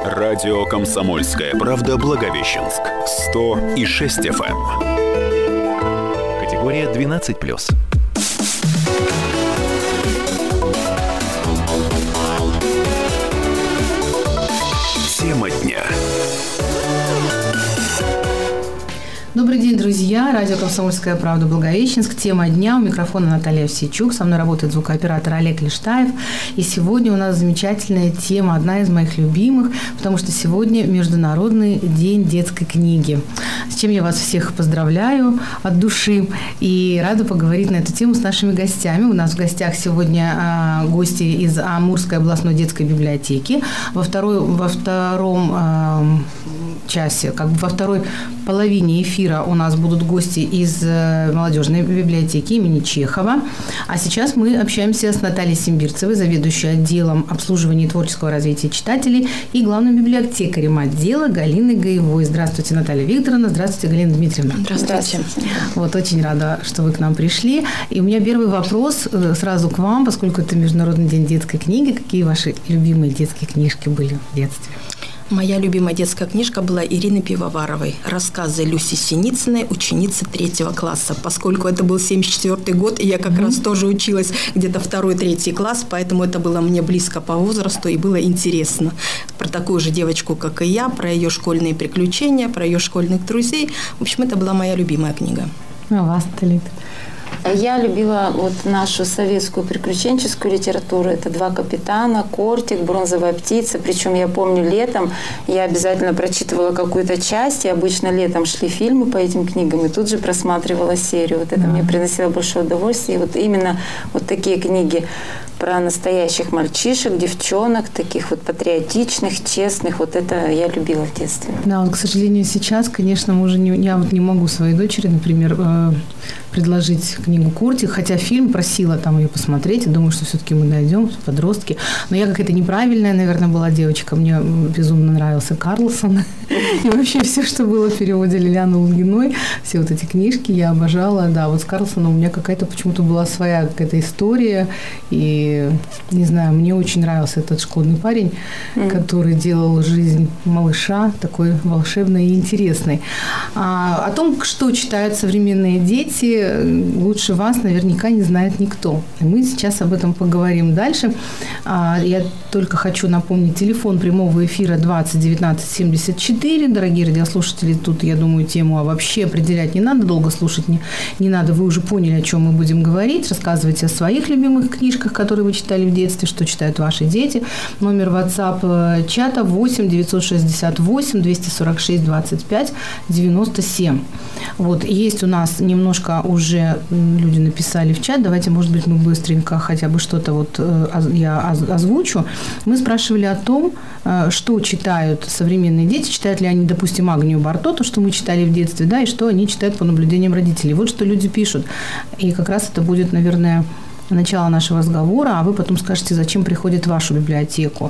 Радио «Комсомольская правда» Благовещенск. 100,6 FM. Категория 12+. Тема дня. Добрый день, друзья. Радио «Комсомольская правда» Благовещенск. Тема дня. У микрофона Наталья Овсейчук. Со мной работает звукооператор Олег Лиштаев. И сегодня у нас замечательная тема, одна из моих любимых, потому что сегодня Международный день детской книги. С чем я вас всех поздравляю от души. И рада поговорить на эту тему с нашими гостями. У нас в гостях сегодня гости из Амурской областной детской библиотеки. Во втором часе, во второй половине эфира у нас будут гости из молодежной библиотеки имени Чехова. А сейчас мы общаемся с Натальей Симбирцевой, заведующей отделом обслуживания и творческого развития читателей, и главным библиотекарем отдела Галиной Гаевой. Здравствуйте, Наталья Викторовна. Здравствуйте, Галина Дмитриевна. Здравствуйте. Вот, очень рада, что вы к нам пришли. И у меня первый вопрос сразу к вам, поскольку это Международный день детской книги. Какие ваши любимые детские книжки были в детстве? Моя любимая детская книжка была Ирины Пивоваровой. Рассказы Люси Синицыной, ученицы 3 класса. Поскольку это был 74-й год, и я как раз тоже училась где-то 2-3 класс, поэтому это было мне близко по возрасту и было интересно. Про такую же девочку, как и я, про ее школьные приключения, про ее школьных друзей. В общем, это была моя любимая книга. А вас, Талит? Я любила нашу советскую приключенческую литературу. Это «Два капитана», «Кортик», «Бронзовая птица». Причем я помню, летом я обязательно прочитывала какую-то часть, и обычно летом шли фильмы по этим книгам, и тут же просматривала серию. Вот это мне приносило большое удовольствие. И вот именно вот такие книги про настоящих мальчишек, девчонок, таких вот патриотичных, честных. Вот это я любила в детстве. Да, к сожалению, сейчас, конечно, мы уже я не могу своей дочери, например, предложить книгу «Кортик», хотя фильм просила там ее посмотреть, и думаю, что все-таки мы дойдем, подростки. Но я какая-то неправильная, наверное, была девочка. Мне безумно нравился Карлсон. И вообще все, что было в переводе Лилианы Лугиной, все вот эти книжки я обожала. Да, вот с Карлсоном у меня какая-то почему-то была своя какая-то история. И, не знаю, мне очень нравился этот школьный парень, который делал жизнь малыша такой волшебной и интересной. О том, что читают современные дети, лучше вас наверняка не знает никто. И мы сейчас об этом поговорим дальше. Я только хочу напомнить, телефон прямого эфира 20 19 74. Дорогие радиослушатели, тут, я думаю, тему вообще определять не надо, долго слушать не надо. Вы уже поняли, о чем мы будем говорить. Рассказывайте о своих любимых книжках, которые вы читали в детстве, что читают ваши дети. Номер WhatsApp чата 8 968 246 25 97. Вот, есть у нас немножко уже люди написали в чат. Давайте, может быть, мы быстренько хотя бы что-то я озвучу. Мы спрашивали о том, что читают современные дети, читают ли они, допустим, Агнию Барто, то, что мы читали в детстве, да, и что они читают по наблюдениям родителей. Вот что люди пишут. И как раз это будет, наверное, начало нашего разговора, а вы потом скажете, зачем приходит в вашу библиотеку.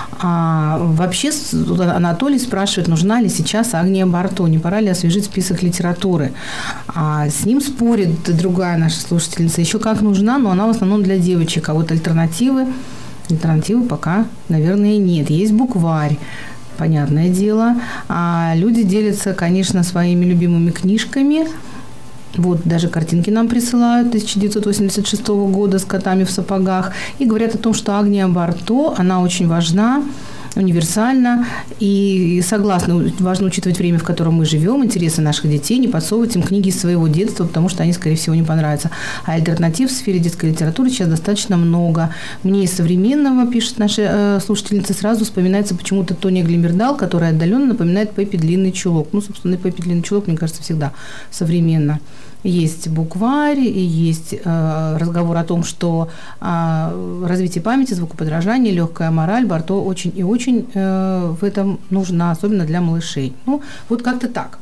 Вообще Анатолий спрашивает, нужна ли сейчас Агния Барто, не пора ли освежить список литературы. С ним спорит другая наша слушательница, еще как нужна, но она в основном для девочек, а вот альтернативы пока, наверное, нет. Есть букварь, понятное дело. Люди делятся, конечно, своими любимыми книжками. Вот, даже картинки нам присылают 1986 года с котами в сапогах. И говорят о том, что Агния Барто, она очень важна, универсальна. И согласна, важно учитывать время, в котором мы живем, интересы наших детей, не подсовывать им книги из своего детства, потому что они, скорее всего, не понравятся. А альтернатив в сфере детской литературы сейчас достаточно много. Мне из современного, пишет наша слушательница, сразу вспоминается почему-то Тоня Глимердал, которая отдаленно напоминает Пеппи Длинный чулок. Собственно, Пеппи Длинный чулок, мне кажется, всегда современно. Есть букварь, и есть разговор о том, что развитие памяти, звукоподражание, легкая мораль Барто очень и очень в этом нужна, особенно для малышей. Вот как-то так.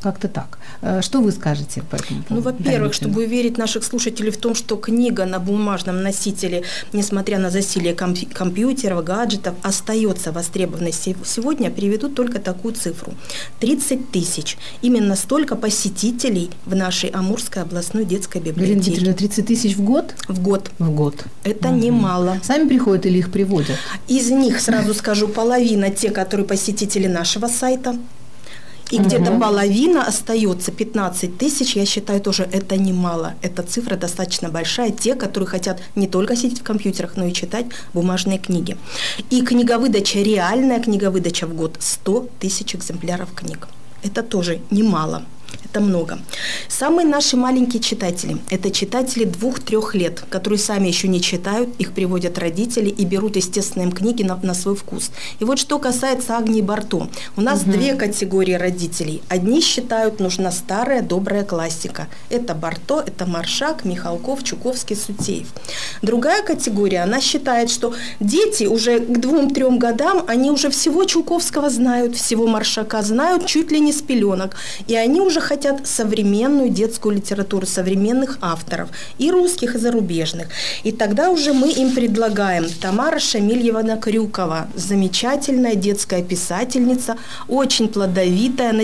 Как-то так. Что вы скажете по этому поводу? Ну, во-первых, чтобы уверить наших слушателей в том, что книга на бумажном носителе, несмотря на засилие компьютеров, гаджетов, остается востребованной сегодня, приведу только такую цифру. 30 тысяч. Именно столько посетителей в нашей Амурской областной детской библиотеке. Галина Дмитриевна, 30 тысяч в год? В год. В год. Это немало. Сами приходят или их приводят? Из них, сразу скажу, половина те, которые посетители нашего сайта. И где-то половина остается, 15 тысяч, я считаю, тоже это немало. Эта цифра достаточно большая. Те, которые хотят не только сидеть в компьютерах, но и читать бумажные книги. И книговыдача, реальная книговыдача в год 100 тысяч экземпляров книг. Это тоже немало. Это много. Самые наши маленькие читатели – это читатели 2-3 лет, которые сами еще не читают, их приводят родители и берут, естественно, им книги на свой вкус. И вот что касается Агнии Барто. У нас две категории родителей. Одни считают, нужна старая добрая классика. Это Барто, это Маршак, Михалков, Чуковский, Сутеев. Другая категория, она считает, что дети уже к 2-3 годам, они уже всего Чуковского знают, всего Маршака знают, чуть ли не с пеленок. И они уже хотят современную детскую литературу, современных авторов, и русских, и зарубежных. И тогда уже мы им предлагаем Тамара Шамильевна Крюкова, замечательная детская писательница, очень плодовитая,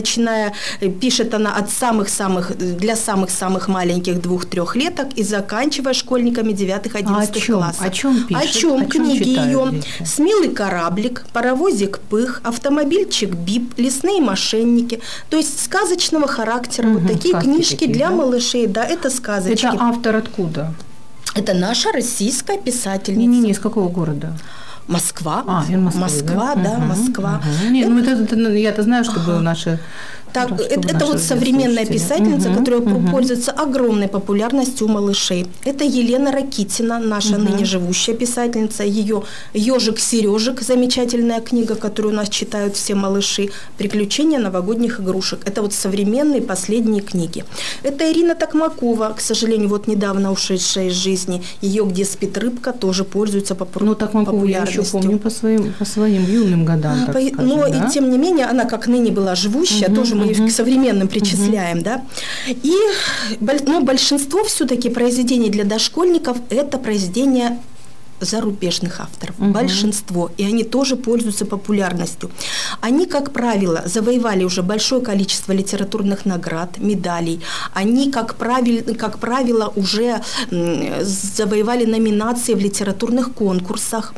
пишет она от для самых-самых маленьких 2-3 леток и заканчивая школьниками 9-11 классов. О чем пишет? О чем книги ее? «Смелый кораблик», «Паровозик Пых», «Автомобильчик Бип», «Лесные мошенники». То есть сказочного характера. Вот такие книжки такие, для да? малышей. Да, это сказочки. Это автор откуда? Это наша российская писательница. Не, из какого города? Москва. Москва, да? Москва. Не, я-то знаю, чтобы наши... Так, это вот современная писательница, которая пользуется огромной популярностью у малышей. Это Елена Ракитина, наша ныне живущая писательница. Ее «Ежик-Сережик», замечательная книга, которую у нас читают все малыши. «Приключения новогодних игрушек». Это вот современные последние книги. Это Ирина Токмакова, к сожалению, вот недавно ушедшая из жизни. Ее «Где спит рыбка» тоже пользуется популярностью. Токмакову я еще помню по своим юным годам, так скажем, но да? и тем не менее, она как ныне была живущая, тоже мы ее к современным причисляем, да. И большинство все-таки произведений для дошкольников – это произведения зарубежных авторов, большинство, и они тоже пользуются популярностью. Они, как правило, завоевали уже большое количество литературных наград, медалей. Они, как правило, уже завоевали номинации в литературных конкурсах.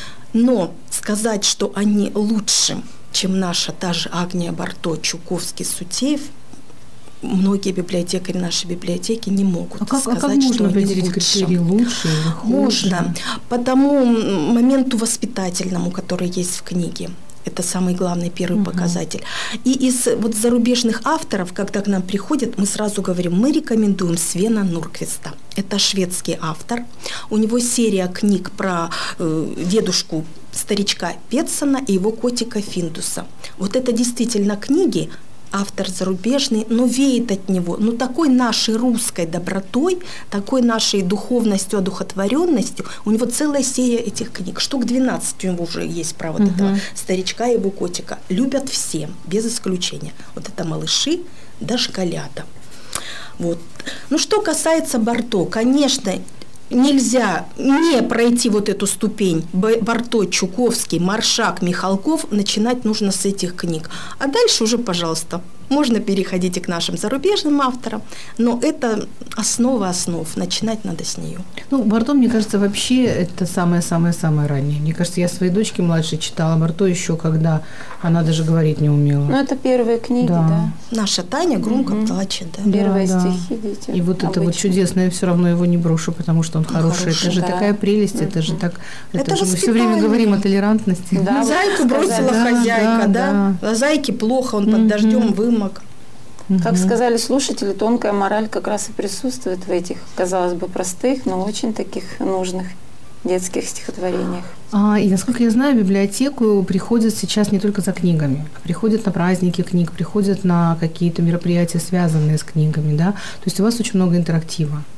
Но сказать, что они лучше, чем наша та же Агния Барто, Чуковский, Сутеев, многие библиотекари нашей библиотеки не могут сказать, как можно что они определить лучше. критерии лучше или хуже? Можно. По тому моменту воспитательному, который есть в книге. Это самый главный первый показатель. И из вот зарубежных авторов, когда к нам приходят, мы сразу говорим, мы рекомендуем Свена Нурквиста. Это шведский автор. У него серия книг про дедушку старичка Петсона и его котика Финдуса. Вот это действительно книги, автор зарубежный, но веет от него, такой нашей русской добротой, такой нашей духовностью, одухотворенностью. У него целая серия этих книг. Штук 12 у него уже есть про вот этого старичка и его котика. Любят все, без исключения. Вот это малыши, дошколята. Вот. Что касается Барто, конечно, нельзя не пройти вот эту ступень Барто, Чуковский, Маршак, Михалков, начинать нужно с этих книг. А дальше уже, пожалуйста, можно переходить и к нашим зарубежным авторам, но это основа основ, начинать надо с нее. Барто, мне кажется, вообще это самое-самое-самое раннее. Мне кажется, я своей дочке младшей читала Барто еще, когда она даже говорить не умела. Это первые книги, да. Наша Таня громко плачет, да. Первые стихи детям. И вот это вот чудесное, все равно его не брошу, потому что он хороший. Это же такая прелесть, это же так... Это же мы все время говорим о толерантности. Да, зайку бросила хозяйка, да. А зайке плохо, он под дождем вымок. Как сказали слушатели, тонкая мораль как раз и присутствует в этих, казалось бы, простых, но очень таких нужных детских стихотворениях. И, насколько я знаю, в библиотеку приходят сейчас не только за книгами, а приходят на праздники книг, приходят на какие-то мероприятия, связанные с книгами, да? То есть у вас очень много интерактива.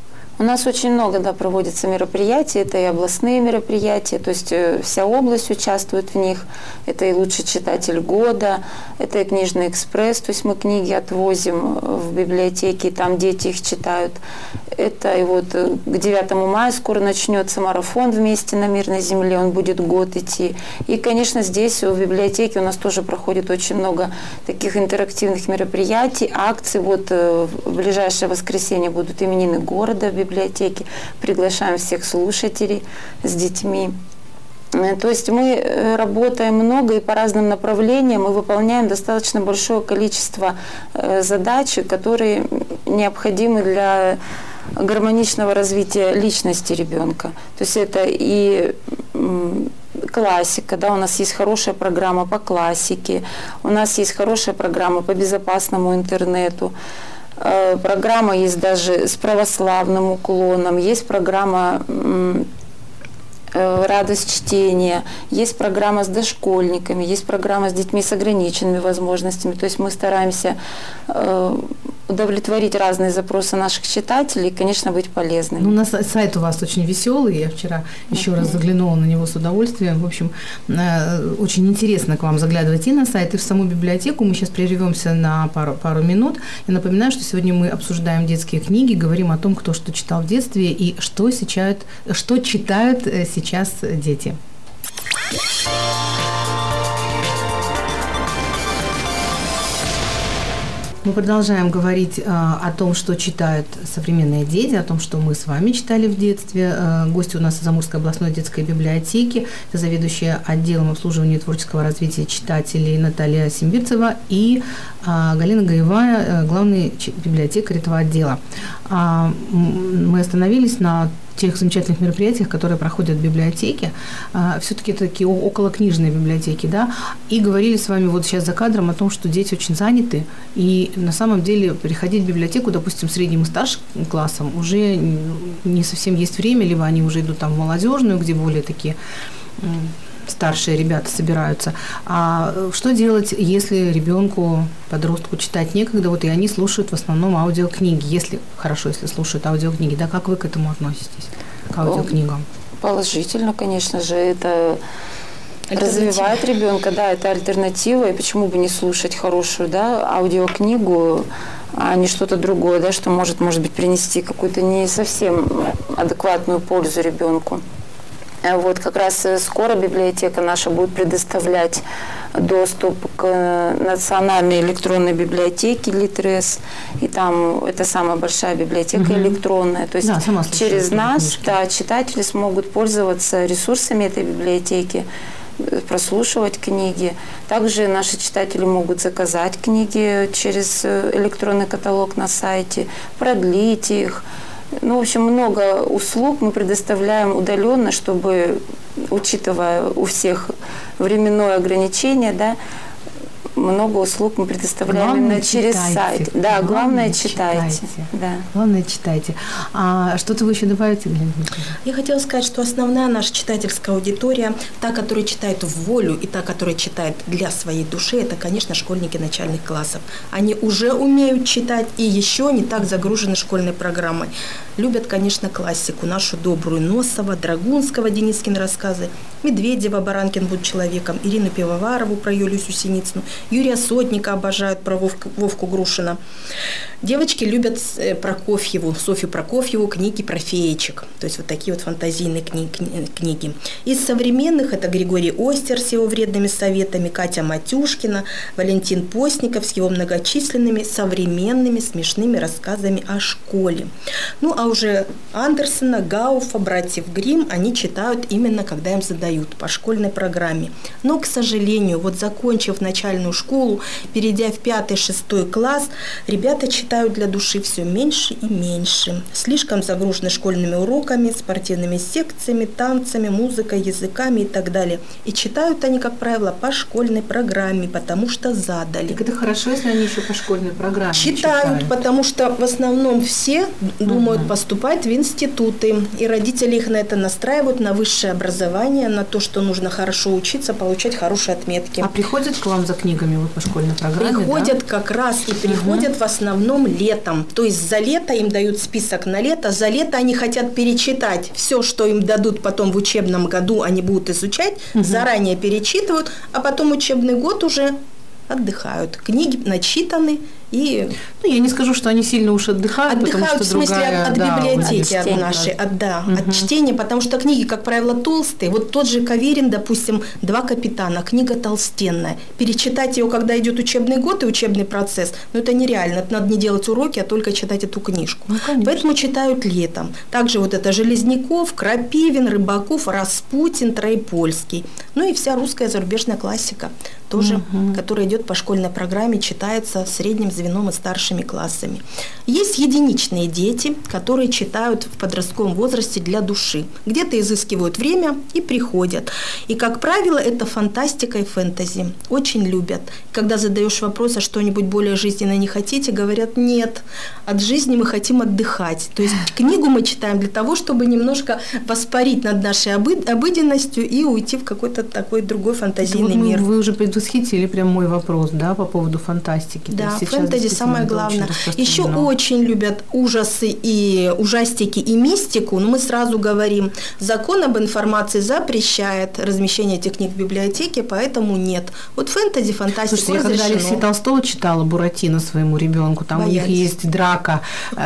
У нас очень много, да, проводится мероприятий, это и областные мероприятия, то есть вся область участвует в них, это и лучший читатель года, это и книжный экспресс, то есть мы книги отвозим в библиотеки, и там дети их читают. Это и вот к 9 мая скоро начнется марафон «Вместе на мирной земле», он будет год идти. И, конечно, здесь в библиотеке у нас тоже проходит очень много таких интерактивных мероприятий, акций. Вот в ближайшее воскресенье будут именины города в библиотеке. Приглашаем всех слушателей с детьми. То есть мы работаем много и по разным направлениям, мы выполняем достаточно большое количество задач, которые необходимы для гармоничного развития личности ребенка. То есть это и классика, да, у нас есть хорошая программа по классике, у нас есть хорошая программа по безопасному интернету, программа есть даже с православным уклоном, есть программа «Радость чтения», есть программа с дошкольниками, есть программа с детьми с ограниченными возможностями. То есть мы стараемся удовлетворить разные запросы наших читателей и, конечно, быть полезными. Ну, сайт у вас очень веселый, я вчера еще раз заглянула на него с удовольствием. В общем, очень интересно к вам заглядывать и на сайт, и в саму библиотеку. Мы сейчас прервемся на пару минут. Я напоминаю, что сегодня мы обсуждаем детские книги, говорим о том, кто что читал в детстве и что читают сейчас дети. Мы продолжаем говорить о том, что читают современные дети, о том, что мы с вами читали в детстве. Гости у нас из Амурской областной детской библиотеки, заведующая отделом обслуживания и творческого развития читателей Наталья Симбирцева и Галина Гаевая, главный библиотекарь этого отдела. Мы остановились на тех замечательных мероприятиях, которые проходят в библиотеке, все-таки это такие околокнижные библиотеки, да, и говорили с вами вот сейчас за кадром о том, что дети очень заняты, и на самом деле приходить в библиотеку, допустим, средним и старшим классам уже не совсем есть время, либо они уже идут там в молодежную, где более такие старшие ребята собираются. А что делать, если ребенку, подростку читать некогда, вот и они слушают в основном аудиокниги, если слушают аудиокниги, да, как вы к этому относитесь, к аудиокнигам? Положительно, конечно же, это развивает ребенка, да, это альтернатива, и почему бы не слушать хорошую, да, аудиокнигу, а не что-то другое, да, что может быть, принести какую-то не совсем адекватную пользу ребенку. Вот как раз скоро библиотека наша будет предоставлять доступ к национальной электронной библиотеке Литрес, и там это самая большая библиотека электронная, то есть через нас, да, читатели смогут пользоваться ресурсами этой библиотеки, прослушивать книги. Также наши читатели могут заказать книги через электронный каталог на сайте, продлить их. Ну, в общем, много услуг мы предоставляем удаленно, чтобы, учитывая у всех временное ограничение, да, много услуг мы предоставляем именно через сайт. Да, главное читайте. Да. Главное читайте. А что-то вы еще добавите, Галина? Я хотела сказать, что основная наша читательская аудитория, та, которая читает в волю, и та, которая читает для своей души, это, конечно, школьники начальных классов. Они уже умеют читать и еще не так загружены школьной программой. Любят, конечно, классику, нашу добрую Носова, Драгунского, Денискин рассказы, Медведева, Баранкин будь человеком, Ирину Пивоварову про Юлию Синицыну, Юрия Сотника обожают про Вовку Грушина. Девочки любят Софью Прокофьеву, книги про феечек. То есть вот такие вот фантазийные книги. Из современных это Григорий Остер с его вредными советами, Катя Матюшкина, Валентин Постников с его многочисленными современными смешными рассказами о школе. Ну, а уже Андерсена, Гауфа, братьев Гримм они читают именно, когда им задают по школьной программе. Но, к сожалению, вот закончив начальную школу, перейдя в 5-6 класс, ребята читают для души все меньше и меньше. Слишком загружены школьными уроками, спортивными секциями, танцами, музыкой, языками и так далее. И читают они, как правило, по школьной программе, потому что задали. Так это хорошо, если они еще по школьной программе читают, потому что в основном все думают поступать в институты. И родители их на это настраивают, на высшее образование, на то, что нужно хорошо учиться, получать хорошие отметки. А приходят к вам за книгами вот по школьной программе? Приходят, да? как раз и приходят в основном летом. То есть за лето им дают список на лето. За лето они хотят перечитать все, что им дадут потом в учебном году, они будут изучать, заранее перечитывают, а потом учебный год уже отдыхают. Книги начитаны. И я не скажу, что они сильно уж отдыхают, потому что в смысле другая, от библиотеки от нашей, от чтения, потому что книги, как правило, толстые. Вот тот же Каверин, допустим, «Два капитана», книга толстенная. Перечитать ее, когда идет учебный год и учебный процесс, это нереально. Это надо не делать уроки, а только читать эту книжку. Поэтому читают летом. Также вот это Железняков, Крапивин, Рыбаков, Распутин, Троепольский. И вся русская зарубежная классика тоже, которая идет по школьной программе, читается средним звеном и старшими классами. Есть единичные дети, которые читают в подростковом возрасте для души. Где-то изыскивают время и приходят. И, как правило, это фантастика и фэнтези. Очень любят. Когда задаешь вопрос, а что-нибудь более жизненное не хотите, говорят, нет, от жизни мы хотим отдыхать. То есть книгу мы читаем для того, чтобы немножко воспарить над нашей обыденностью и уйти в какой-то такой другой фантазийный мир. Вы уже предвосхитили прям мой вопрос, да, по поводу фантастики. Да, фэнтези самое главное. Еще очень любят ужасы и ужастики и мистику, но мы сразу говорим, закон об информации запрещает размещение этих книг в библиотеке, поэтому нет. Вот фэнтези, фантастика. Слушайте, я когда Алексея Толстого читала «Буратино» своему ребенку, там у них есть драка,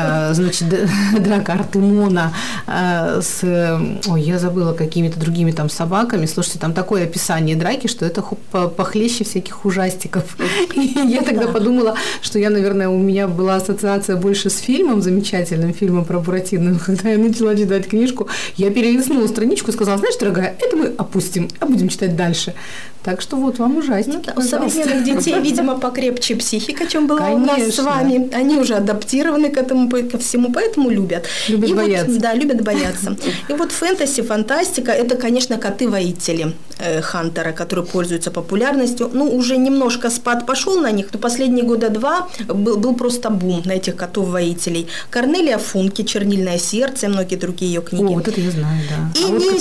драка Артемона с, я забыла, какими-то другими там собаками. Слушайте, там такое описание драки, что это похлеще всяких ужастиков. И я тогда подумала, что наверное, у меня была ассоциация больше с фильмом, замечательным фильмом про Буратино. Когда я начала читать книжку, я перелистнула страничку и сказала, знаешь, дорогая, это мы опустим, а будем читать дальше. Так что вот вам ужастики. У современных детей, видимо, покрепче психика, чем была у нас с вами. Они уже адаптированы к этому, ко всему, поэтому любят. Любят бояться. Да, любят бояться. И вот фэнтези, фантастика, это, конечно, коты-воители Хантера, которые пользуются популярностью. Уже немножко спад пошел на них, но последние года 2 был просто бум на этих котов-воителей. Корнелия Функе, «Чернильное сердце» и многие другие ее книги. Вот это я знаю, да.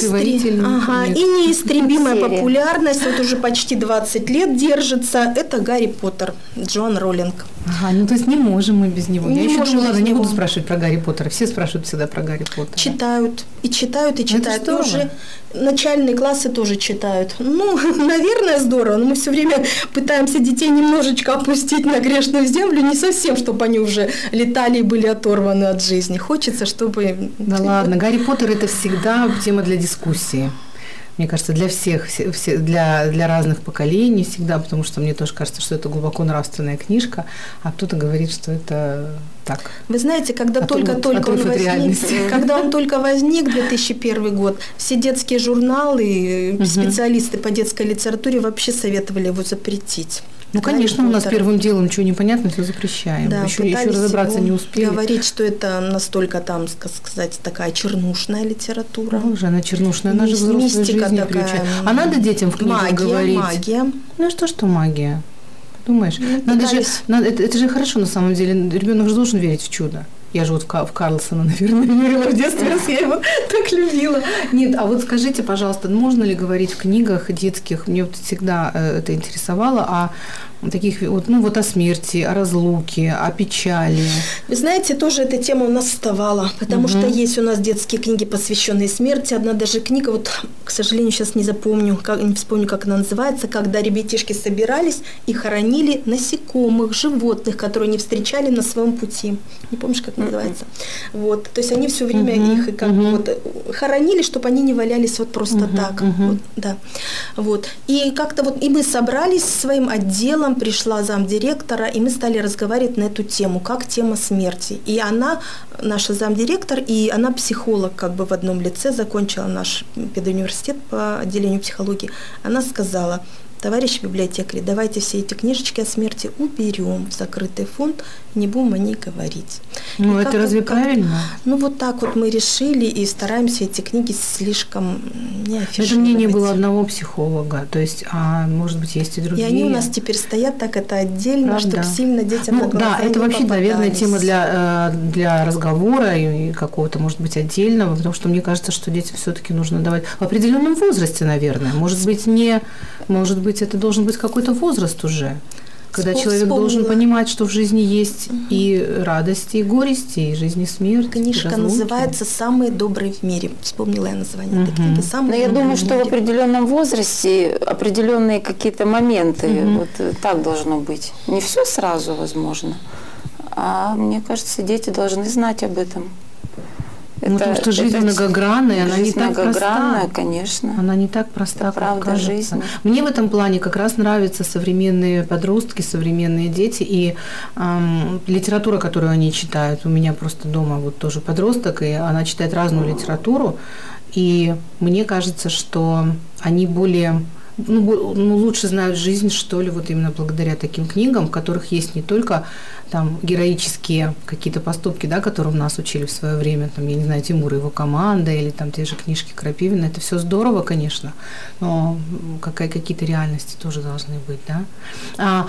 И неистребимая популярность, вот уже почти 20 лет держится, это Гарри Поттер, Джоан Роллинг. То есть не можем мы без него. Я еще думала, не буду спрашивать про Гарри Поттера. Все спрашивают всегда про Гарри Поттера. Читают. И уже начальные классы тоже читают. Наверное, здорово, но мы все время пытаемся детей немножечко опустить на грешную землю, не совсем, чтобы они уже летали и были оторваны от жизни. Хочется, чтобы... Да ладно, Гарри Поттер – это всегда тема для дискуссии. Мне кажется, для всех, для разных поколений всегда, потому что мне тоже кажется, что это глубоко нравственная книжка, а кто-то говорит, что это так. Вы знаете, когда он только возник, 2001 год, все детские журналы, специалисты по детской литературе вообще советовали его запретить. Конечно, у нас первым делом ничего непонятно, все запрещаем. Да, еще разобраться не успели. Говорить, что это настолько там, сказать, такая чернушная литература. Уже она чернушная, она же взрослой жизни приучает. А надо детям в книгах говорить? Магия. Что магия? Думаешь? Это же хорошо на самом деле. Ребенок же должен верить в чудо. Я же вот в Карлсона, наверное, верила в детстве, раз я его так любила. Нет, а вот скажите, пожалуйста, можно ли говорить в книгах детских, мне вот всегда это интересовало, о таких о смерти, о разлуке, о печали? Вы знаете, тоже эта тема у нас вставала, потому что есть у нас детские книги, посвященные смерти. Одна даже книга, к сожалению, сейчас не вспомню, как она называется, когда ребятишки собирались и хоронили насекомых, животных, которые они встречали на своем пути. Не помнишь, как называется? То есть они все время их хоронили, чтобы они не валялись просто так. И как-то и мы собрались с своим отделом, пришла замдиректора, и мы стали разговаривать на эту тему, как тема смерти. И она, наша замдиректор, и она психолог в одном лице, закончила наш педуниверситет по отделению психологии. Она сказала, товарищи библиотекари, давайте все эти книжечки о смерти уберем в закрытый фонд, не будем о ней говорить. Ну, это разве правильно? Ну, вот так вот мы решили и стараемся эти книги слишком не афишировать. Это мнение было одного психолога, то есть, может быть, есть и другие. И они у нас теперь стоят так, это отдельно, чтобы сильно детям на глаза да, это не вообще, попадались. наверное, тема для разговора и какого-то, может быть, отдельного, потому что мне кажется, что детям все-таки нужно давать в определенном возрасте, наверное. Может быть, это должен быть какой-то возраст уже, когда человек должен понимать, что в жизни есть и радости, и горести, и жизнь, и смерть. Книжка называется «Самые добрые в мире». Вспомнила я название этой книги. Но я думаю, что в определенном возрасте определенные какие-то моменты, вот так должно быть. Не все сразу, возможно. А мне кажется, дети должны знать об этом. Потому что жизнь многогранная, она не так проста. Конечно. Она не так проста, как кажется. Жизнь. Мне в этом плане как раз нравятся современные подростки, современные дети и литература, которую они читают. У меня просто дома вот тоже подросток, и она читает разную литературу. И мне кажется, что они более... лучше знают жизнь, что ли, вот именно благодаря таким книгам, в которых есть не только там героические какие-то поступки, да, которым нас учили в свое время, там, я не знаю, Тимур и его команда, или там те же книжки Крапивина. Это все здорово, конечно, но какие-то реальности тоже должны быть, да.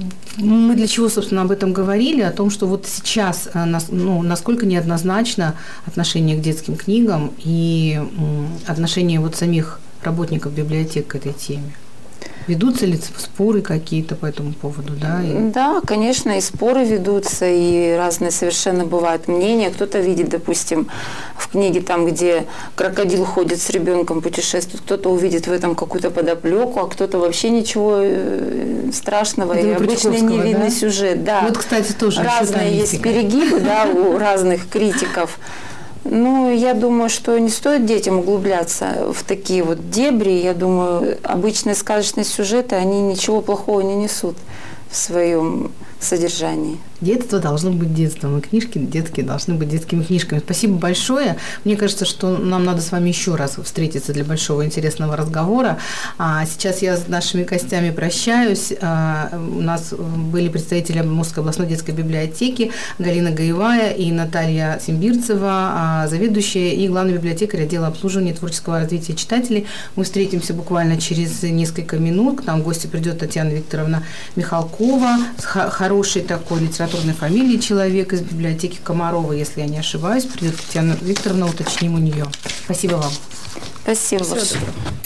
Мы для чего, собственно, об этом говорили? О том, что вот сейчас, насколько неоднозначно отношение к детским книгам и отношение вот самих работников библиотек к этой теме. Ведутся ли споры какие-то по этому поводу, да? Да, конечно, и споры ведутся, и разные совершенно бывают мнения. Кто-то видит, допустим, в книге там, где крокодил ходит с ребенком, путешествует, кто-то увидит в этом какую-то подоплеку, а кто-то вообще ничего страшного и обычный невинный сюжет. Да. Вот, кстати, тоже разные есть перегибы, да, у разных критиков. Ну, я думаю, что не стоит детям углубляться в такие вот дебри. Я думаю, обычные сказочные сюжеты, они ничего плохого не несут в своем содержании. Детство должно быть детством, и книжки детские должны быть детскими книжками. Спасибо большое. Мне кажется, что нам надо с вами еще раз встретиться для большого интересного разговора. Сейчас я с нашими гостями прощаюсь. У нас были представители Амурской областной детской библиотеки Галина Гаевая и Наталья Симбирцева, заведующая и главный библиотекарь отдела обслуживания и творческого развития читателей. Мы встретимся буквально через несколько минут. К нам в гости придет Татьяна Викторовна Михалкова, хороший такой литературной фамилии человек из библиотеки Комарова, если я не ошибаюсь. Придет Татьяна Викторовна, уточним у нее. Спасибо вам. Спасибо большое.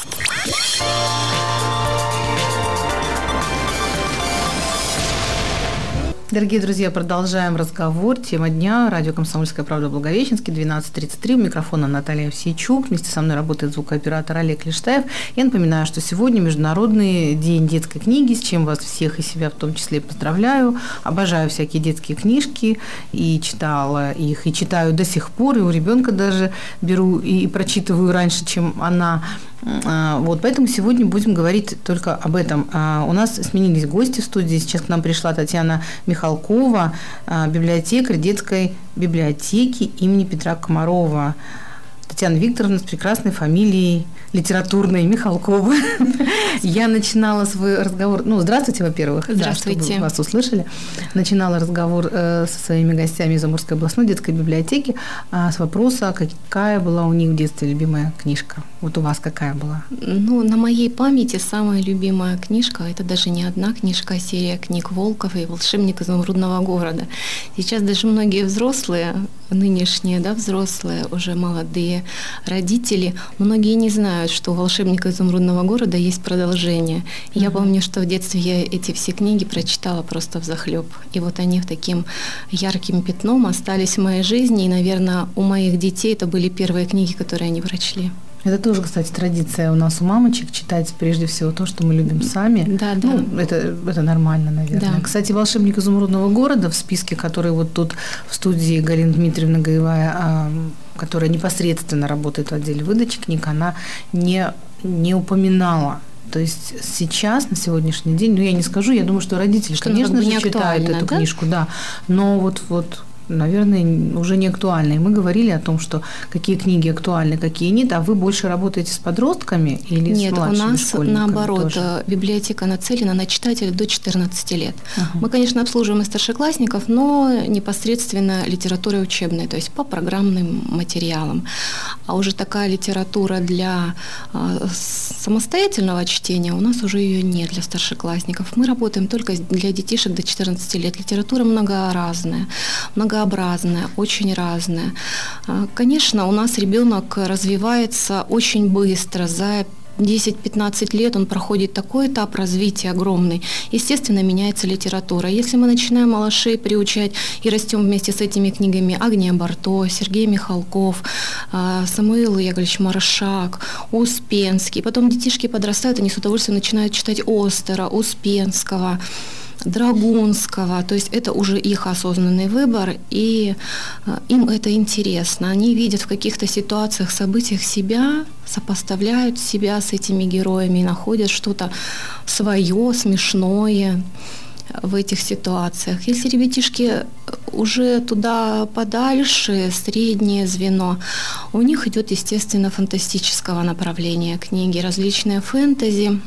Дорогие друзья, продолжаем разговор. Тема дня. Радио «Комсомольская правда» Благовещенский, 12:33. У микрофона Наталья Овсейчук. Вместе со мной работает звукооператор Олег Лиштаев. Я напоминаю, что сегодня Международный день детской книги, с чем вас всех и себя в том числе поздравляю. Обожаю всякие детские книжки и читала их, и читаю до сих пор, и у ребенка даже беру и прочитываю раньше, чем она. Вот, поэтому сегодня будем говорить только об этом. У нас сменились гости в студии. Сейчас к нам пришла Татьяна Михалкова, библиотекарь детской библиотеки имени Петра Комарова. Татьяна Викторовна с прекрасной фамилией литературной Михалкова. Я начинала свой разговор... здравствуйте, во-первых. Здравствуйте. Да, чтобы вас услышали. Начинала разговор со своими гостями из Амурской областной детской библиотеки с вопроса, какая была у них в детстве любимая книжка. Вот у вас какая была? На моей памяти самая любимая книжка, это даже не одна книжка, а серия книг Волкова и «Волшебник изумрудного города». Сейчас даже многие взрослые, нынешние, взрослые, уже молодые родители, многие не знают, что у «Волшебника изумрудного города» есть продолжение. Я помню, что в детстве я эти все книги прочитала просто взахлеб. И вот они таким ярким пятном остались в моей жизни. И, наверное, у моих детей это были первые книги, которые они прочли. Это тоже, кстати, традиция у нас у мамочек читать прежде всего то, что мы любим сами. Да. Это нормально, наверное. Да. Кстати, «Волшебник изумрудного города» в списке, который вот тут в студии Галина Дмитриевна Гаевая, которая непосредственно работает в отделе выдачи книг, она не упоминала. То есть сейчас, на сегодняшний день, я не скажу, я думаю, что родители, конечно же, читают эту книжку, да. Но вот наверное, уже не актуальны. И мы говорили о том, что какие книги актуальны, какие нет, а вы больше работаете с подростками или Нет, с младшими у нас школьниками наоборот, тоже? Библиотека нацелена на читателей до 14 лет. Мы, конечно, обслуживаем и старшеклассников, но непосредственно литературой учебной, то есть по программным материалам. А уже такая литература для самостоятельного чтения, у нас уже ее нет для старшеклассников. Мы работаем только для детишек до 14 лет. Литература многообразная, очень разная. Конечно, у нас ребенок развивается очень быстро. За 10-15 лет он проходит такой этап развития огромный. Естественно, меняется литература. Если мы начинаем малышей приучать и растем вместе с этими книгами Агния Барто, Сергей Михалков, Самуил Яковлевич Маршак, Успенский, потом детишки подрастают, они с удовольствием начинают читать Остера, Успенского, Драгунского, то есть это уже их осознанный выбор, и им это интересно. Они видят в каких-то ситуациях, событиях себя, сопоставляют себя с этими героями и находят что-то свое, смешное в этих ситуациях. Если ребятишки уже туда подальше, среднее звено, у них идет, естественно, фантастического направления книги, различные фэнтези.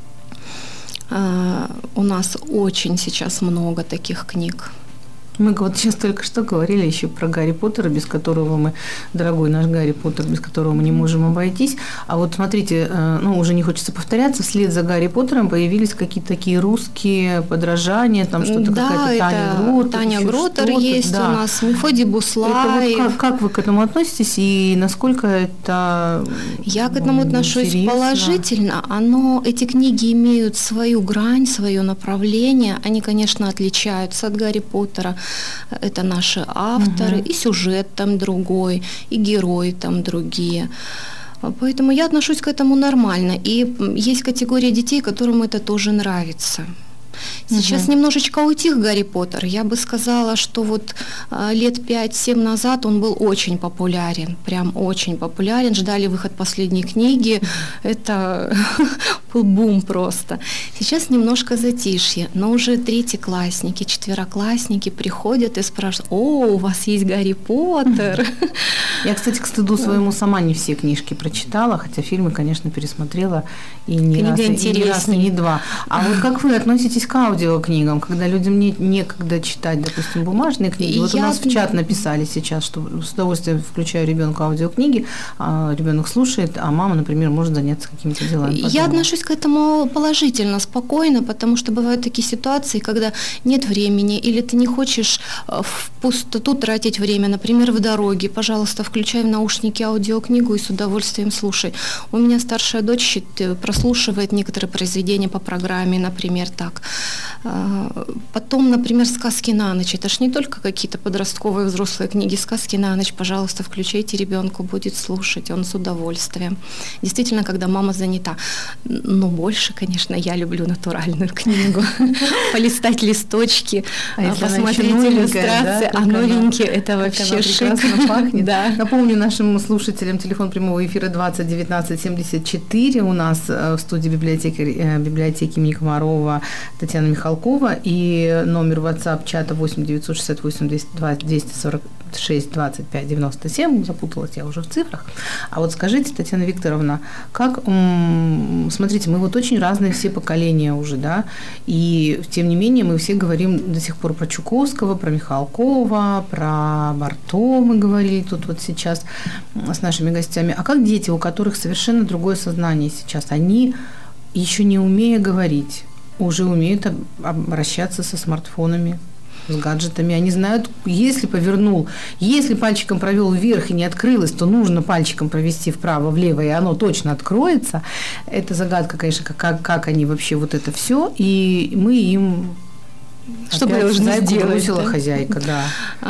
У нас очень сейчас много таких книг. Мы вот сейчас только что говорили еще про Гарри Поттера, без которого мы, дорогой наш Гарри Поттер, без которого мы не можем обойтись. А вот смотрите, уже не хочется повторяться, вслед за Гарри Поттером появились какие-то такие русские подражания, там что-то какая-то Таня Гротер. Таня Гротер есть у нас, Мефодий Буслаев. Вот как вы к этому относитесь и насколько это Я к этому отношусь интересно? Положительно. Эти книги имеют свою грань, свое направление. Они, конечно, отличаются от Гарри Поттера. Это наши авторы, и сюжет там другой, и герои там другие. Поэтому я отношусь к этому нормально. И есть категория детей, которым это тоже нравится. Сейчас немножечко утих Гарри Поттер. Я бы сказала, что вот лет 5-7 назад он был очень популярен, прям очень популярен. Ждали выход последней книги. Это был бум просто. Сейчас немножко затишье, но уже третьеклассники, четвероклассники приходят и спрашивают: «О, у вас есть Гарри Поттер?» Я, кстати, к стыду своему сама не все книжки прочитала, хотя фильмы, конечно, пересмотрела и не раз, и не два. А вот как вы относитесь к аудиокнигам, когда людям некогда читать, допустим, бумажные книги? Вот у нас в чат написали сейчас, что с удовольствием включаю ребенку аудиокниги, ребенок слушает, а мама, например, может заняться какими-то делами. Я отношусь к этому положительно, спокойно, потому что бывают такие ситуации, когда нет времени, или ты не хочешь в пустоту тратить время, например, в дороге. Пожалуйста, включай в наушники аудиокнигу и с удовольствием слушай. У меня старшая дочь прослушивает некоторые произведения по программе, например, так. Потом, например, сказки на ночь. Это ж не только какие-то подростковые взрослые книги, сказки на ночь. Пожалуйста, включайте ребенку, будет слушать, он с удовольствием. Действительно, когда мама занята. Но больше, конечно, я люблю натуральную книгу. Полистать листочки, посмотреть иллюстрации. А новенькие это вообще прекрасно пахнет. Да. Напомню нашим слушателям, телефон прямого эфира 20 19 74. У нас в студии библиотеки имени Комарова Татьяна Михалкова и номер WhatsApp чата 8 968 246 25 97. Запуталась я уже в цифрах. А вот скажите, Татьяна Викторовна, смотрите, мы вот очень разные все поколения уже, да, и тем не менее мы все говорим до сих пор про Чуковского, про Михалкова, про Барто мы говорили тут вот сейчас с нашими гостями. А как дети, у которых совершенно другое сознание сейчас, они, еще не умея говорить, уже умеют обращаться со смартфонами, с гаджетами. Они знают, если пальчиком провел вверх и не открылось, то нужно пальчиком провести вправо-влево, и оно точно откроется. Это загадка, конечно, как они вообще вот это все. И мы им что бы должны сделать, бросила хозяйка, да.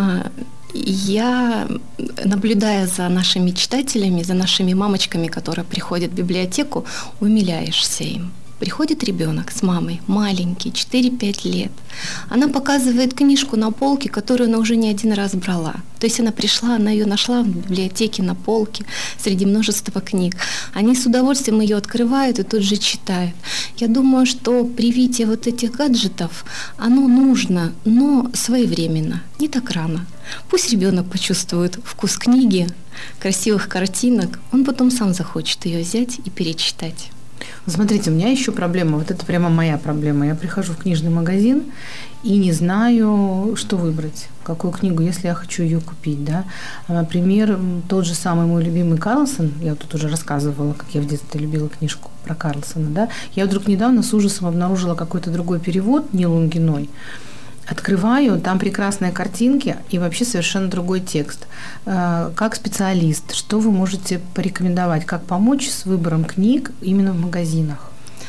Я, наблюдая за нашими читателями, за нашими мамочками, которые приходят в библиотеку, умиляешься им. Приходит ребенок с мамой, маленький, 4-5 лет. Она показывает книжку на полке, которую она уже не один раз брала. То есть она пришла, она ее нашла в библиотеке на полке среди множества книг. Они с удовольствием ее открывают и тут же читают. Я думаю, что привитие вот этих гаджетов, оно нужно, но своевременно, не так рано. Пусть ребенок почувствует вкус книги, красивых картинок, он потом сам захочет ее взять и перечитать. Смотрите, у меня еще проблема, вот это прямо моя проблема. Я прихожу в книжный магазин и не знаю, что выбрать, какую книгу, если я хочу ее купить, да. Например, тот же самый мой любимый Карлсон, я тут уже рассказывала, как я в детстве любила книжку про Карлсона, да. Я вдруг недавно с ужасом обнаружила какой-то другой перевод, не Лунгиной. Открываю, там прекрасные картинки и вообще совершенно другой текст. Как специалист, что вы можете порекомендовать, как помочь с выбором книг именно в магазинах?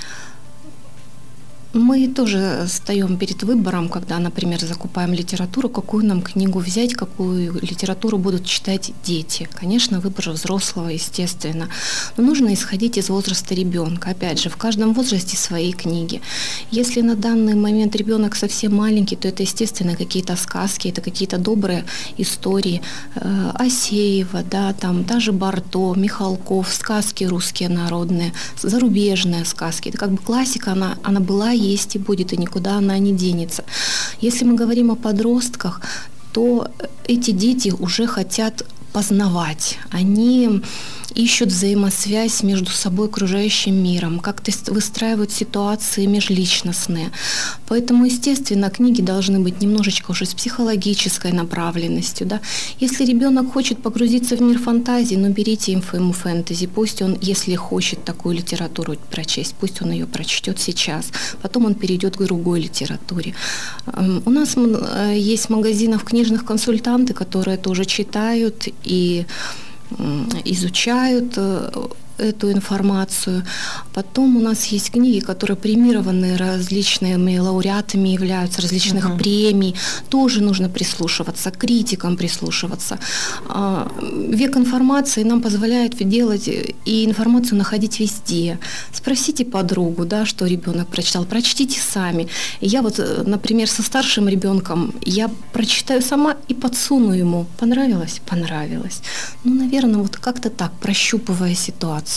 Мы тоже встаем перед выбором, когда, например, закупаем литературу, какую нам книгу взять, какую литературу будут читать дети. Конечно, выбор взрослого, естественно. Но нужно исходить из возраста ребенка. Опять же, в каждом возрасте свои книги. Если на данный момент ребенок совсем маленький, то это, естественно, какие-то сказки, это какие-то добрые истории. Асеева, да, там даже Барто, Михалков, сказки русские народные, зарубежные сказки. Это как бы классика, она была, есть и будет, и никуда она не денется. Если мы говорим о подростках, то эти дети уже хотят познавать. Они ищут взаимосвязь между собой и окружающим миром, как-то выстраивают ситуации межличностные. Поэтому, естественно, книги должны быть немножечко уже с психологической направленностью. Да? Если ребенок хочет погрузиться в мир фантазии, ну берите ему фэнтези, пусть он, если хочет такую литературу прочесть, пусть он ее прочтет сейчас, потом он перейдет к другой литературе. У нас есть в магазинах книжных консультанты, которые тоже читают и изучают эту информацию. Потом у нас есть книги, которые премированы различными лауреатами, являются различных премий. Тоже нужно прислушиваться, критикам прислушиваться. Век информации нам позволяет делать и информацию находить везде. Спросите подругу, да, что ребенок прочитал, прочтите сами. Я вот, например, со старшим ребенком я прочитаю сама и подсуну ему. Понравилось? Понравилось. Ну, наверное, вот как-то так, прощупывая ситуацию.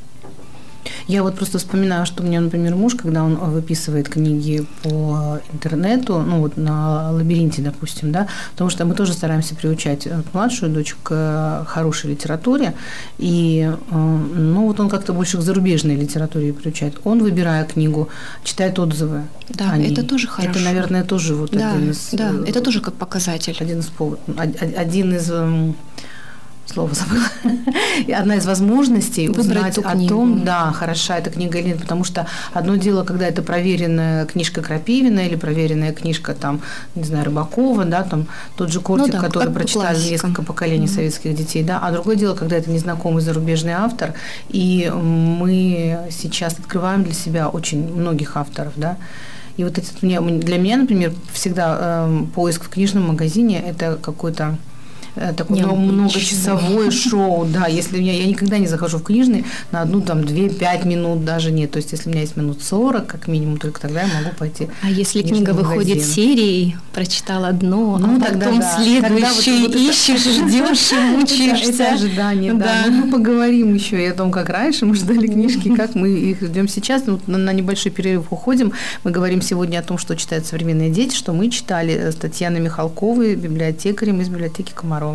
Я вот просто вспоминаю, что у меня, например, муж, когда он выписывает книги по интернету, ну вот на Лабиринте, допустим, да, потому что мы тоже стараемся приучать младшую дочь к хорошей литературе, и, ну вот он как-то больше к зарубежной литературе приучает. Он, выбирая книгу, читает отзывы. Да, это тоже хорошо. Это, наверное, тоже вот да, один из... Да, это тоже как показатель. Один из... Слово забыла. Одна из возможностей узнать о том, да, хороша эта книга или нет, потому что одно дело, когда это проверенная книжка Крапивина или проверенная книжка, там, не знаю, Рыбакова, да, там, тот же Кортик, ну, да, который прочитали несколько поколений советских детей, да, а другое дело, когда это незнакомый зарубежный автор, и мы сейчас открываем для себя очень многих авторов, да. И вот это для меня, например, всегда поиск в книжном магазине – это какой-то такое многочасовое шоу, да, если я никогда не захожу в книжный на одну, там, 2-5 минут даже нет, то есть если у меня есть минут 40, как минимум, только тогда я могу пойти. А если книга выходит серией, прочитал одно, ну, а потом следующую вот ищешь, ждешь и мучаешься. Это ожидание, да. Ну, мы поговорим еще и о том, как раньше мы ждали книжки, как мы их ждем сейчас. Ну, на небольшой перерыв уходим. Мы говорим сегодня о том, что читают современные дети, что мы читали с Татьяной Михалковой, библиотекарем из библиотеки Комарова.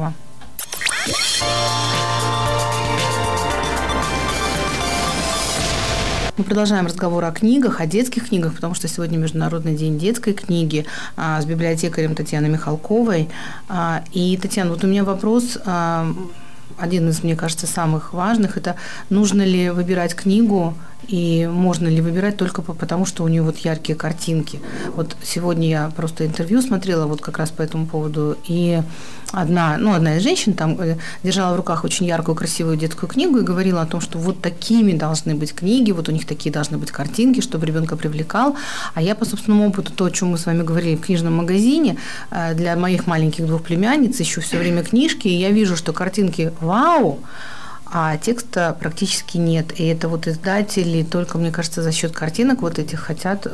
Мы продолжаем разговор о книгах, о детских книгах, потому что сегодня Международный день детской книги с библиотекарем Татьяной Михалковой. И, Татьяна, вот у меня вопрос, один из, мне кажется, самых важных, это нужно ли выбирать книгу и можно ли выбирать только потому, что у нее вот яркие картинки. Вот сегодня я просто интервью смотрела вот как раз по этому поводу, и одна из женщин там держала в руках очень яркую, красивую детскую книгу и говорила о том, что вот такими должны быть книги, вот у них такие должны быть картинки, чтобы ребенка привлекал. А я по собственному опыту, то, о чем мы с вами говорили в книжном магазине, для моих маленьких 2 племянниц ищу все время книжки, и я вижу, что картинки вау, а текста практически нет. И это вот издатели только, мне кажется, за счет картинок вот этих хотят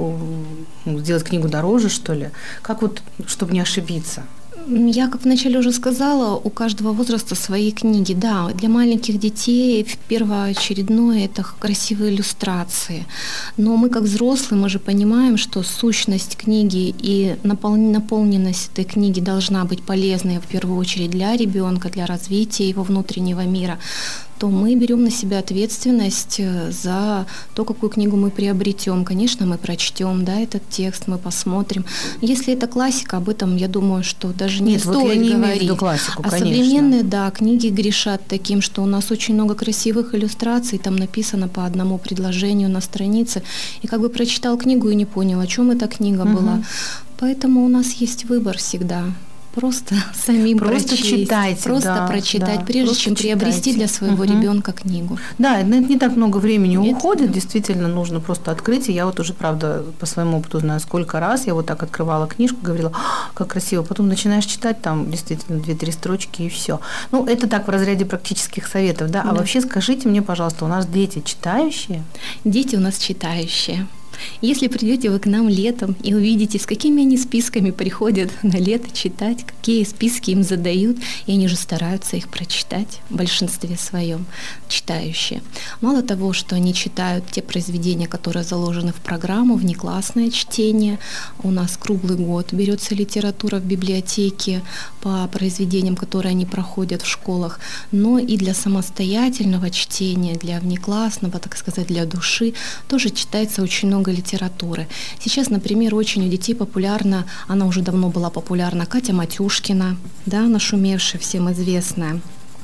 сделать книгу дороже, что ли. Как вот, чтобы не ошибиться? Я, как вначале уже сказала, у каждого возраста свои книги. Да, для маленьких детей первоочередное – это красивые иллюстрации. Но мы, как взрослые, мы же понимаем, что сущность книги и наполненность этой книги должна быть полезной в первую очередь для ребенка, для развития его внутреннего мира, то мы берем на себя ответственность за то, какую книгу мы приобретем. Конечно, мы прочтем, да, этот текст, мы посмотрим. Если это классика, об этом, я думаю, что даже не стоит вот я не говорить. имею в виду классику, а конечно. современные, да, книги грешат таким, что у нас очень много красивых иллюстраций, там написано по одному предложению на странице, и как бы прочитал книгу и не понял, о чем эта книга была. Поэтому у нас есть выбор всегда. Просто самим прочесть, читайте, просто прочитать, прежде просто чем приобрести для своего ребенка книгу. Да, это не так много времени уходит, действительно нужно просто открыть. И я вот уже, правда, по своему опыту знаю, сколько раз я вот так открывала книжку, говорила, как красиво, потом начинаешь читать, там действительно 2-3 строчки и все. Ну, это так в разряде практических советов, да. А вообще скажите мне, пожалуйста, у нас дети читающие? Дети у нас читающие. Если придете вы к нам летом и увидите, с какими они списками приходят на лето читать, какие списки им задают, и они же стараются их прочитать в большинстве своем, читающие. Мало того, что они читают те произведения, которые заложены в программу, внеклассное чтение, у нас круглый год берется литература в библиотеке по произведениям, которые они проходят в школах, но и для самостоятельного чтения, для внеклассного, так сказать, для души тоже читается очень много литературы. Сейчас, например, очень у детей популярна, она уже давно была популярна, Катя Матюшкина, да, нашумевшая, всем известная.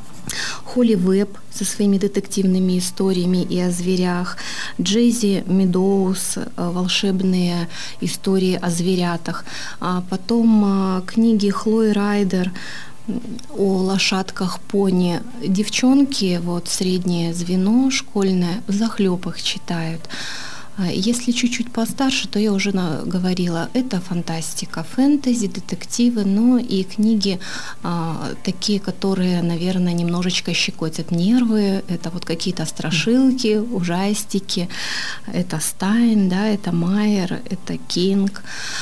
Холли Веб со своими детективными историями и о зверях, Джейзи Медоуз, волшебные истории о зверятах, а потом книги Хлои Райдер о лошадках, пони. Девчонки, вот среднее звено школьное, взахлёб их читают. Если чуть-чуть постарше, то я уже говорила, это фантастика, фэнтези, детективы, но и книги такие, которые, наверное, немножечко щекотят нервы. Это вот какие-то страшилки, ужастики, это Стайн, да, это Майер, это Кинг.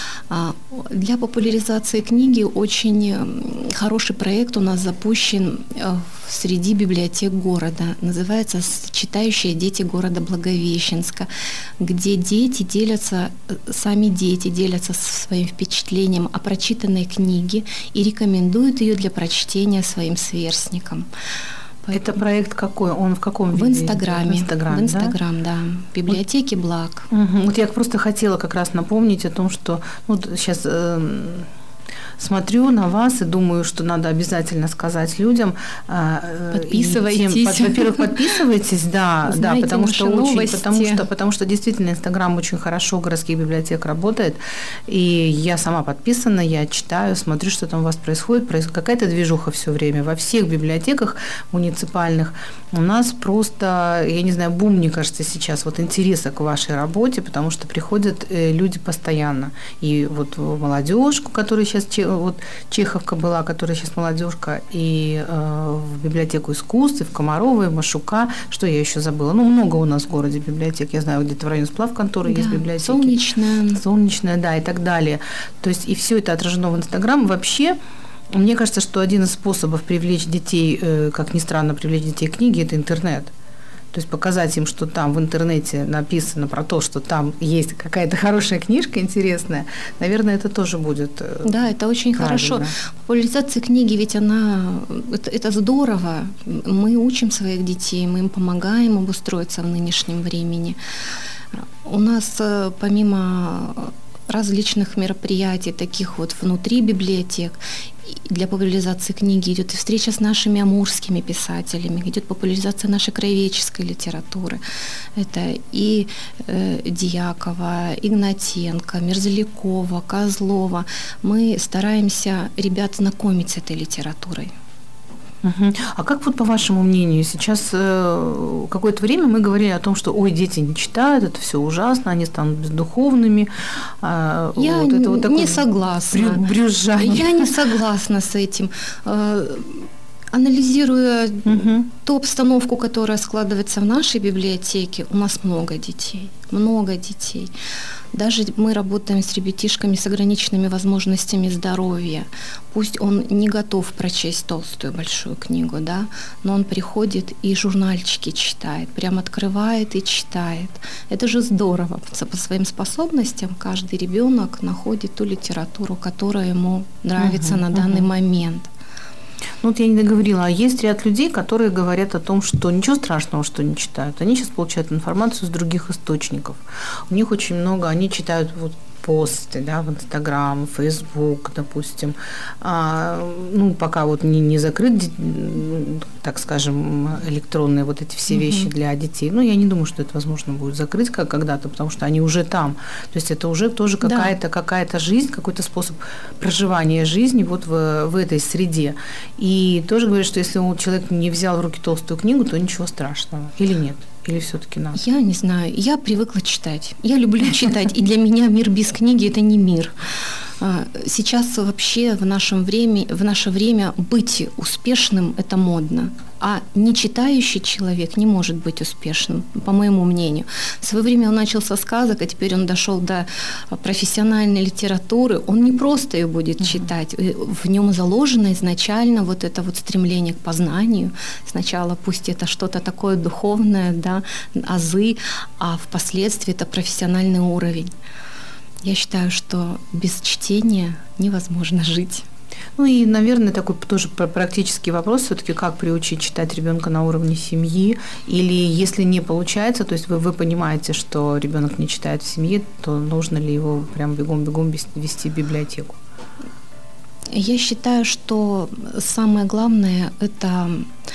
Для популяризации книги очень хороший проект у нас запущен среди библиотек города. Называется «Читающие дети города Благовещенска», где дети делятся, сами дети делятся своим впечатлением о прочитанной книге и рекомендуют ее для прочтения своим сверстникам. Поэтому... Это проект какой? Он в каком виде? В Инстаграме. В Инстаграм, да? Библиотеки Благ. Вот я просто хотела как раз напомнить о том, что сейчас смотрю на вас и думаю, что надо обязательно сказать людям. Подписывайтесь. Во-первых, подписывайтесь, да, Знаете, потому что новости. потому что действительно Инстаграм очень хорошо в городских библиотеках работает. И я сама подписана, я читаю, смотрю, что там у вас происходит. Какая-то движуха все время. Во всех библиотеках муниципальных у нас просто, я не знаю, бум, мне кажется, сейчас вот интереса к вашей работе, потому что приходят люди постоянно. И вот молодежку, которая сейчас вот Чеховка была, которая сейчас молодежка, и в библиотеку искусств, и в Комарова, и в Машука. Что я еще забыла? Много у нас в городе библиотек. Я знаю, где-то в районе сплавконторы есть библиотеки. Солнечная, да, и так далее. То есть и все это отражено в Инстаграм. Вообще, мне кажется, что один из способов привлечь детей, как ни странно, привлечь детей к книге – это интернет. То есть показать им, что там в интернете написано про то, что там есть какая-то хорошая книжка интересная, наверное, это тоже будет Да, это очень правильно. Хорошо. Популяризация книги, ведь это здорово. Мы учим своих детей, мы им помогаем обустроиться в нынешнем времени. У нас помимо различных мероприятий, таких вот внутри библиотек, для популяризации книги идет и встреча с нашими амурскими писателями, идет популяризация нашей краеведческой литературы. Это и Дьякова, Игнатенко, Мерзлякова, Козлова. Мы стараемся ребят знакомить с этой литературой. А как вот по вашему мнению, сейчас какое-то время мы говорили о том, что дети не читают, это все ужасно, они станут бездуховными. Я это вот не согласна. Брюзжание. Я не согласна с этим. Анализируя ту обстановку, которая складывается в нашей библиотеке, у нас много детей. Много детей. Даже мы работаем с ребятишками с ограниченными возможностями здоровья. Пусть он не готов прочесть толстую большую книгу, да, но он приходит и журнальчики читает, прям открывает и читает. Это же здорово. По своим способностям каждый ребенок находит ту литературу, которая ему нравится на данный момент. Ну, вот я не договорила, а есть ряд людей, которые говорят о том, что ничего страшного, что не читают. Они сейчас получают информацию с других источников. У них очень много, они читают вот посты, да, в Инстаграм, Фейсбук, допустим. Ну, пока вот не закрыт, так скажем, электронные вот эти все вещи для детей. Ну, я не думаю, что это возможно будет закрыть когда-то, потому что они уже там. То есть это уже тоже какая-то жизнь, какой-то способ проживания жизни вот в этой среде. И тоже говорят, что если человек не взял в руки толстую книгу, то ничего страшного. Или нет? Или все-таки надо? Я не знаю. Я привыкла читать. Я люблю читать. И для меня мир без книги – это не мир. Сейчас вообще в наше время быть успешным – это модно. А не читающий человек не может быть успешным, по моему мнению. В свое время он начал со сказок, а теперь он дошел до профессиональной литературы. Он не просто ее будет читать. В нем заложено изначально вот это вот стремление к познанию. Сначала пусть это что-то такое духовное, да, азы, а впоследствии это профессиональный уровень. Я считаю, что без чтения невозможно жить. Ну и, наверное, такой тоже практический вопрос все-таки, как приучить читать ребенка на уровне семьи, или если не получается, то есть вы понимаете, что ребенок не читает в семье, то нужно ли его прям бегом-бегом вести в библиотеку? Я считаю, что самое главное – это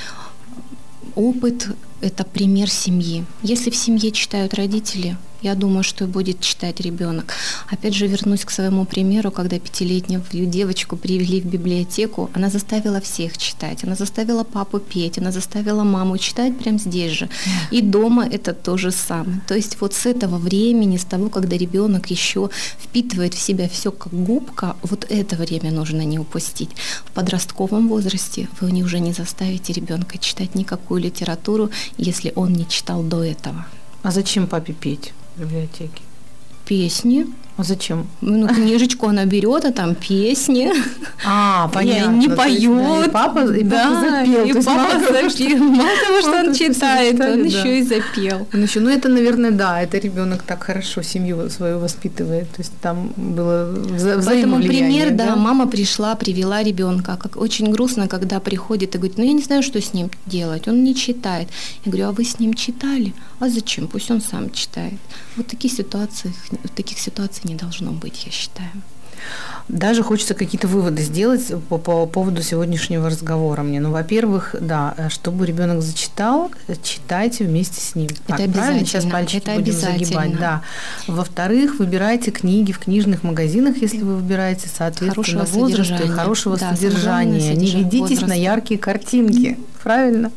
опыт, это пример семьи. Если в семье читают родители, я думаю, что и будет читать ребенок. Опять же, вернусь к своему примеру, когда 5-летнюю девочку привели в библиотеку, она заставила всех читать, она заставила папу петь, она заставила маму читать прямо здесь же. И дома это то же самое. То есть вот с этого времени, с того, когда ребенок еще впитывает в себя все как губка, вот это время нужно не упустить. В подростковом возрасте вы уже не заставите ребенка читать никакую литературу, если он не читал до этого. А зачем папе петь в библиотеке? Песни. А зачем? Ну, книжечку она берет, а там песни. Понятно. Не поет. И папа запел. И папа запел. Мало того, что он читает, он еще и запел. Ну, это, наверное, да, это ребенок так хорошо семью свою воспитывает. То есть там было взаимовлияние. Поэтому пример, да, мама пришла, привела ребенка. Как очень грустно, когда приходит и говорит, ну, я не знаю, что с ним делать, он не читает. Я говорю, а вы с ним читали? А зачем? Пусть он сам читает. Вот в таких ситуациях не должно быть, я считаю. Даже хочется какие-то выводы сделать по поводу сегодняшнего разговора мне. Ну, во-первых, да, чтобы ребенок зачитал, читайте вместе с ним. Это обязательно. Правильно? Сейчас пальчики будем загибать. Да. Во-вторых, выбирайте книги в книжных магазинах, если вы выбираете соответственно возрасту и хорошего содержания. Не ведитесь на яркие картинки. Правильно?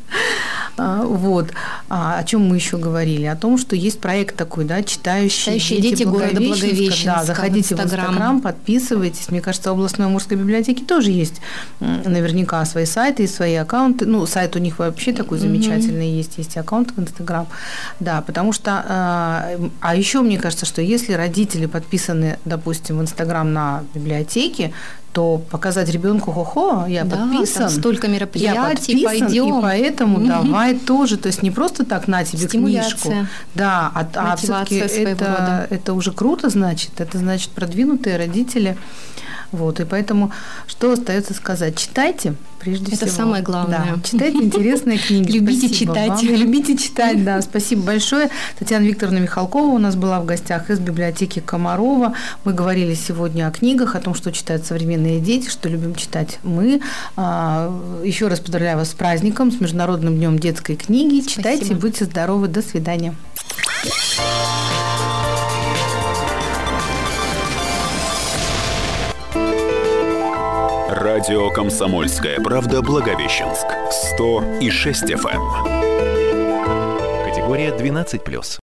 Вот. О чем мы еще говорили? О том, что есть проект такой, да, читающие дети города Благовещенска. Да, заходите в Инстаграм, подписывайтесь. Мне кажется, в областной Амурской библиотеке тоже есть наверняка свои сайты и свои аккаунты. Ну, сайт у них вообще такой замечательный есть аккаунт в Инстаграм. Да, потому что... А еще мне кажется, что если родители подписаны, допустим, в Инстаграм на библиотеке, то показать ребенку, хо-хо, я подписан. Там столько мероприятий, пойдем. И поэтому давай тоже, то есть не просто так на тебе книжку. Да, а все-таки это уже круто, значит, это значит продвинутые родители. Вот, и поэтому что остается сказать? Читайте, прежде всего. Это самое главное. Да, читайте интересные книги. Любите читать. Любите читать, да. Спасибо большое. Татьяна Викторовна Михалкова у нас была в гостях из библиотеки Комарова. Мы говорили сегодня о книгах, о том, что читают современные дети, что любим читать мы. Еще раз поздравляю вас с праздником, с Международным днем детской книги. Спасибо. Читайте, будьте здоровы. До свидания. Радио «Комсомольская правда» Благовещенск. 100,6 FM. Категория 12+.